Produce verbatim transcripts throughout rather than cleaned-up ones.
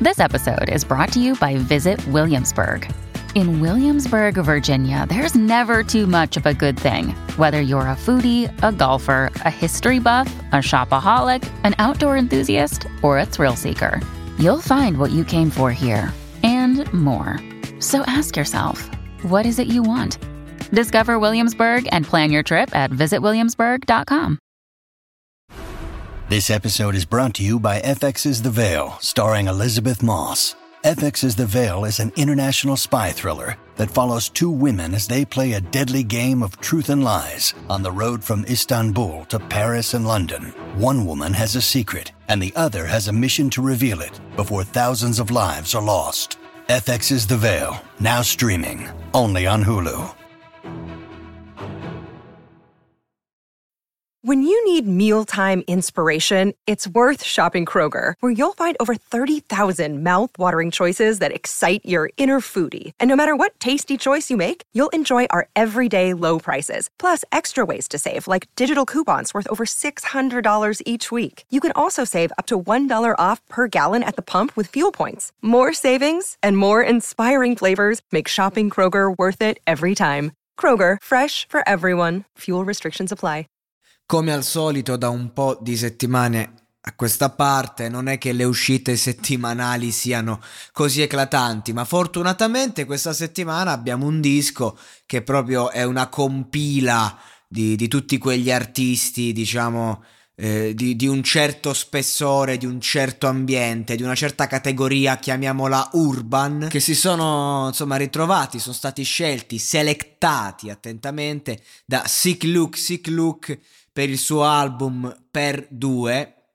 This episode is brought to you by Visit Williamsburg. In Williamsburg, Virginia, there's never too much of a good thing. Whether you're a foodie, a golfer, a history buff, a shopaholic, an outdoor enthusiast, or a thrill seeker, you'll find what you came for here and more. So ask yourself, what is it you want? Discover Williamsburg and plan your trip at visit williamsburg dot com. This episode is brought to you by F X's The Veil, starring Elizabeth Moss. F X's The Veil is an international spy thriller that follows two women as they play a deadly game of truth and lies on the road from Istanbul to Paris and London. One woman has a secret, and the other has a mission to reveal it before thousands of lives are lost. F X's The Veil, now streaming, only on Hulu. When you need mealtime inspiration, it's worth shopping Kroger, where you'll find over thirty thousand mouth-watering choices that excite your inner foodie. And no matter what tasty choice you make, you'll enjoy our everyday low prices, plus extra ways to save, like digital coupons worth over six hundred dollars each week. You can also save up to one dollar off per gallon at the pump with fuel points. More savings and more inspiring flavors make shopping Kroger worth it every time. Kroger, fresh for everyone. Fuel restrictions apply. Come al solito, da un po' di settimane a questa parte non è che le uscite settimanali siano così eclatanti, ma fortunatamente questa settimana abbiamo un disco che proprio è una compila di, di tutti quegli artisti, diciamo, eh, di, di un certo spessore, di un certo ambiente, di una certa categoria, chiamiamola urban, che si sono insomma ritrovati, sono stati scelti, selectati attentamente da Sick Look, Sick Look per il suo album Per due,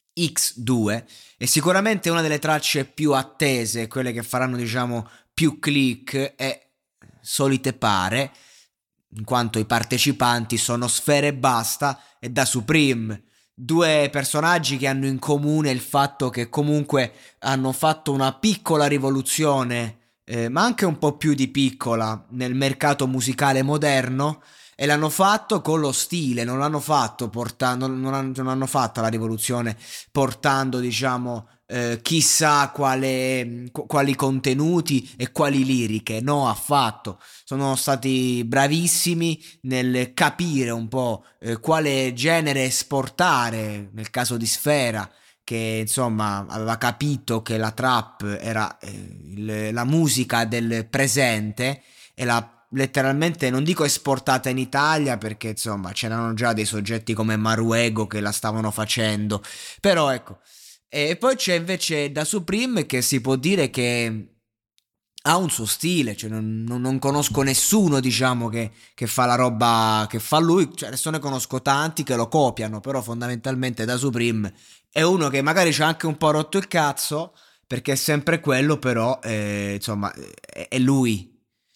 X due, e sicuramente una delle tracce più attese, quelle che faranno diciamo più click, è Solite Pare, in quanto i partecipanti sono Sfera Ebbasta e Da Supreme, due personaggi che hanno in comune il fatto che comunque hanno fatto una piccola rivoluzione, eh, ma anche un po' più di piccola, nel mercato musicale moderno. E l'hanno fatto con lo stile, non l'hanno fatto portando, non hanno, non hanno fatto la rivoluzione portando, diciamo, eh, chissà quale, quali contenuti e quali liriche. No, affatto. Sono stati bravissimi nel capire un po' eh, quale genere esportare, nel caso di Sfera, che insomma aveva capito che la trap era eh, il, la musica del presente e la letteralmente, non dico esportata in Italia perché insomma c'erano già dei soggetti come Maruego che la stavano facendo, però ecco. E poi c'è invece Da Supreme, che si può dire che ha un suo stile, cioè non, non, non conosco nessuno diciamo che, che fa la roba che fa lui, cioè adesso ne conosco tanti che lo copiano, però fondamentalmente Da Supreme è uno che magari c'ha anche un po' rotto il cazzo perché è sempre quello, però eh, insomma è, è lui,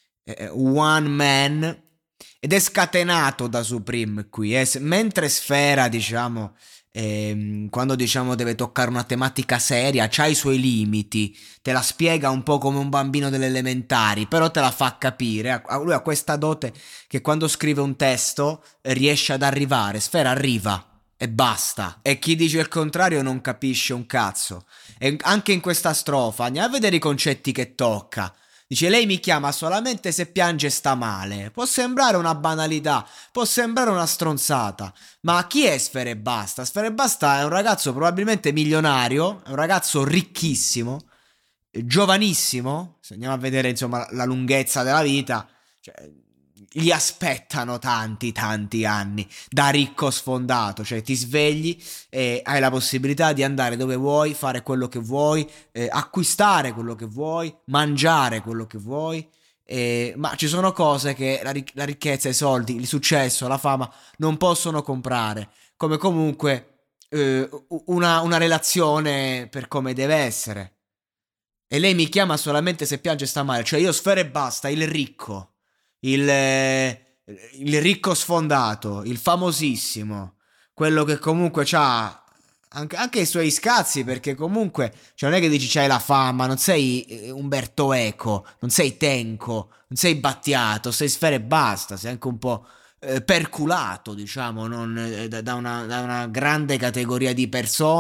one man, ed è scatenato Da Supreme qui, eh. Mentre Sfera diciamo ehm, quando diciamo deve toccare una tematica seria c'ha i suoi limiti, te la spiega un po' come un bambino delle elementari, però te la fa capire. Lui ha questa dote che quando scrive un testo riesce ad arrivare. Sfera arriva e basta, e chi dice il contrario non capisce un cazzo. E anche in questa strofa andiamo a vedere i concetti che tocca. Dice: lei mi chiama solamente se piange sta male. Può sembrare una banalità, può sembrare una stronzata, ma chi è Sfera Ebbasta? Sfera Ebbasta è un ragazzo probabilmente milionario, è un ragazzo ricchissimo, giovanissimo, se andiamo a vedere insomma la lunghezza della vita, cioè, gli aspettano tanti tanti anni da ricco sfondato, cioè ti svegli e hai la possibilità di andare dove vuoi, fare quello che vuoi, eh, acquistare quello che vuoi, mangiare quello che vuoi, eh, ma ci sono cose che la, ric- la ricchezza, i soldi, il successo, la fama non possono comprare, come comunque eh, una, una relazione per come deve essere. E lei mi chiama solamente se piange sta male, cioè io Sfera Ebbasta, il ricco, Il, il ricco sfondato, il famosissimo, quello che comunque c'ha anche, anche i suoi scazzi, perché comunque cioè non è che dici c'hai la fama, non sei Umberto Eco, non sei Tenco, non sei Battiato, sei Sfera Ebbasta, sei anche un po' eh, perculato, diciamo, non, eh, da, una, da una grande categoria di persone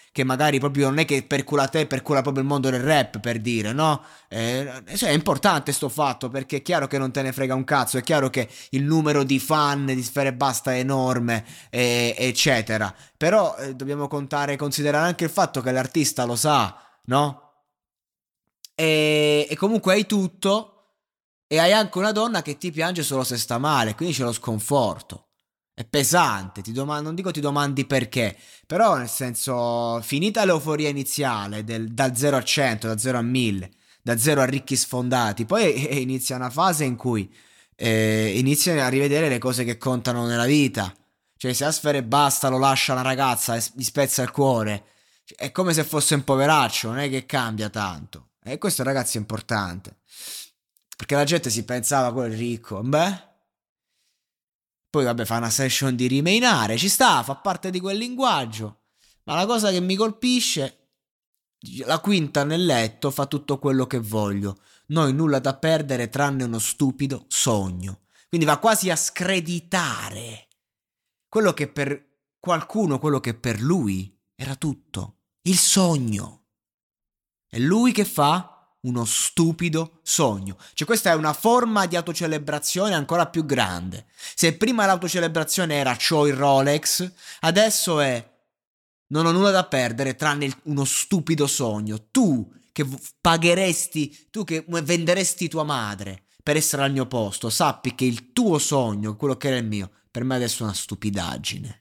che magari proprio non è che percula te, percula proprio il mondo del rap, per dire, no? Eh, cioè è importante sto fatto, perché è chiaro che non te ne frega un cazzo, è chiaro che il numero di fan di Sfera Ebbasta è enorme, eh, eccetera, però eh, dobbiamo contare, considerare anche il fatto che l'artista lo sa, no? E, e comunque hai tutto, e hai anche una donna che ti piange solo se sta male, quindi c'è lo sconforto. È pesante, ti domando, non dico ti domandi perché, però nel senso, finita l'euforia iniziale del, dal zero a cento, da zero a mille, da zero a ricchi sfondati, poi eh, inizia una fase in cui eh, inizi a rivedere le cose che contano nella vita. Cioè, se a Sfera Ebbasta lo lascia una ragazza e gli spezza il cuore, è come se fosse un poveraccio, non è che cambia tanto. E questo, ragazzi, è importante, perché la gente si pensava quello è ricco, beh. Poi vabbè, fa una session di rimainare, ci sta, fa parte di quel linguaggio. Ma la cosa che mi colpisce, la quinta nel letto fa tutto quello che voglio. Noi nulla da perdere tranne uno stupido sogno. Quindi va quasi a screditare quello che per qualcuno, quello che per lui era tutto. Il sogno. E lui che fa? Uno stupido sogno. Cioè questa è una forma di autocelebrazione ancora più grande. Se prima l'autocelebrazione era c'ho il Rolex, adesso è non ho nulla da perdere tranne il, uno stupido sogno. Tu che pagheresti, tu che venderesti tua madre per essere al mio posto, sappi che il tuo sogno, quello che era il mio, per me adesso è una stupidaggine.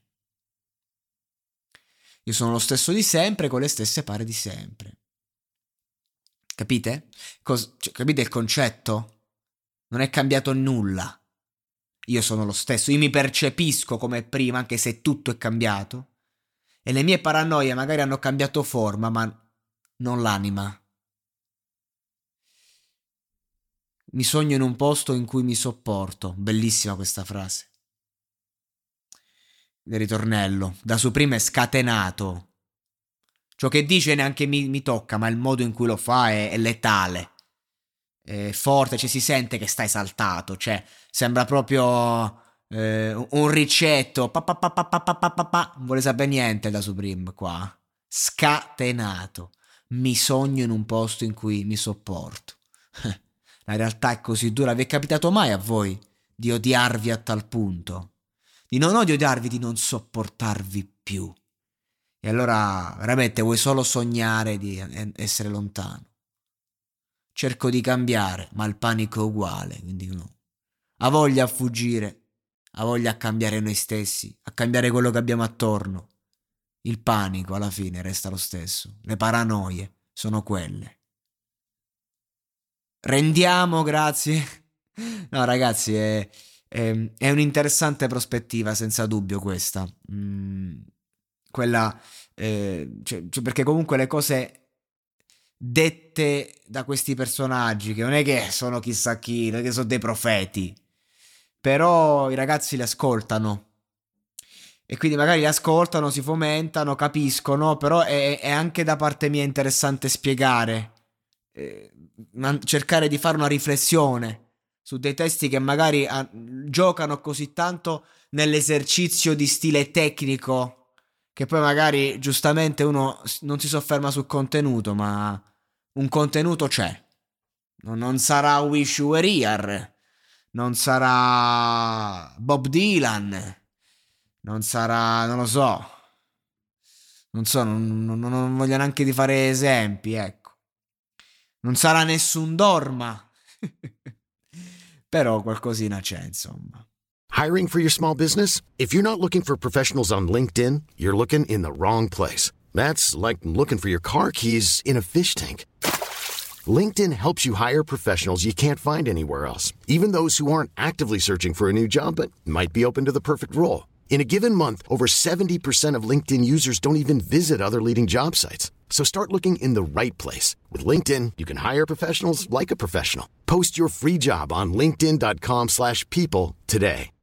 Io sono lo stesso di sempre con le stesse pare di sempre. Capite? Cos- cioè, capite il concetto? Non è cambiato nulla. Io sono lo stesso, io mi percepisco come prima, anche se tutto è cambiato. E le mie paranoie magari hanno cambiato forma, ma non l'anima. Mi sogno in un posto in cui mi sopporto. Bellissima questa frase. Il ritornello. Da su prima è scatenato. Ciò che dice neanche mi, mi tocca, ma il modo in cui lo fa è, è letale, è forte, cioè si sente che sta esaltato, cioè sembra proprio eh, un ricetto, pa, pa, pa, pa, pa, pa, pa, pa. Non vuole sapere niente da Supreme qua, scatenato, mi sogno in un posto in cui mi sopporto. La realtà è così dura. Vi è capitato mai a voi di odiarvi a tal punto? Di non di odiarvi, di non sopportarvi più? E allora veramente vuoi solo sognare di essere lontano. Cerco di cambiare, ma il panico è uguale, quindi no. Ha voglia a fuggire, ha voglia a cambiare noi stessi, a cambiare quello che abbiamo attorno. Il panico alla fine resta lo stesso, le paranoie sono quelle. Rendiamo, grazie. No ragazzi, è, è, è un'interessante prospettiva senza dubbio questa. Mm. Quella eh, cioè, cioè perché comunque le cose dette da questi personaggi, che non è che sono chissà chi, non è che sono dei profeti, però i ragazzi li ascoltano e quindi magari li ascoltano, si fomentano, capiscono, però è, è anche da parte mia interessante spiegare, eh, cercare di fare una riflessione su dei testi che magari ah, giocano così tanto nell'esercizio di stile tecnico, che poi magari giustamente uno non si sofferma sul contenuto, ma un contenuto c'è. Non sarà Wish You Were Here, non sarà Bob Dylan, non sarà, non lo so, non so, non, non, non voglio neanche di fare esempi, ecco. Non sarà nessun Dorma, però qualcosina c'è, insomma. Hiring for your small business? If you're not looking for professionals on LinkedIn, you're looking in the wrong place. That's like looking for your car keys in a fish tank. LinkedIn helps you hire professionals you can't find anywhere else, even those who aren't actively searching for a new job but might be open to the perfect role. In a given month, over seventy percent of LinkedIn users don't even visit other leading job sites. So start looking in the right place. With LinkedIn, you can hire professionals like a professional. Post your free job on linkedin dot com slash people today.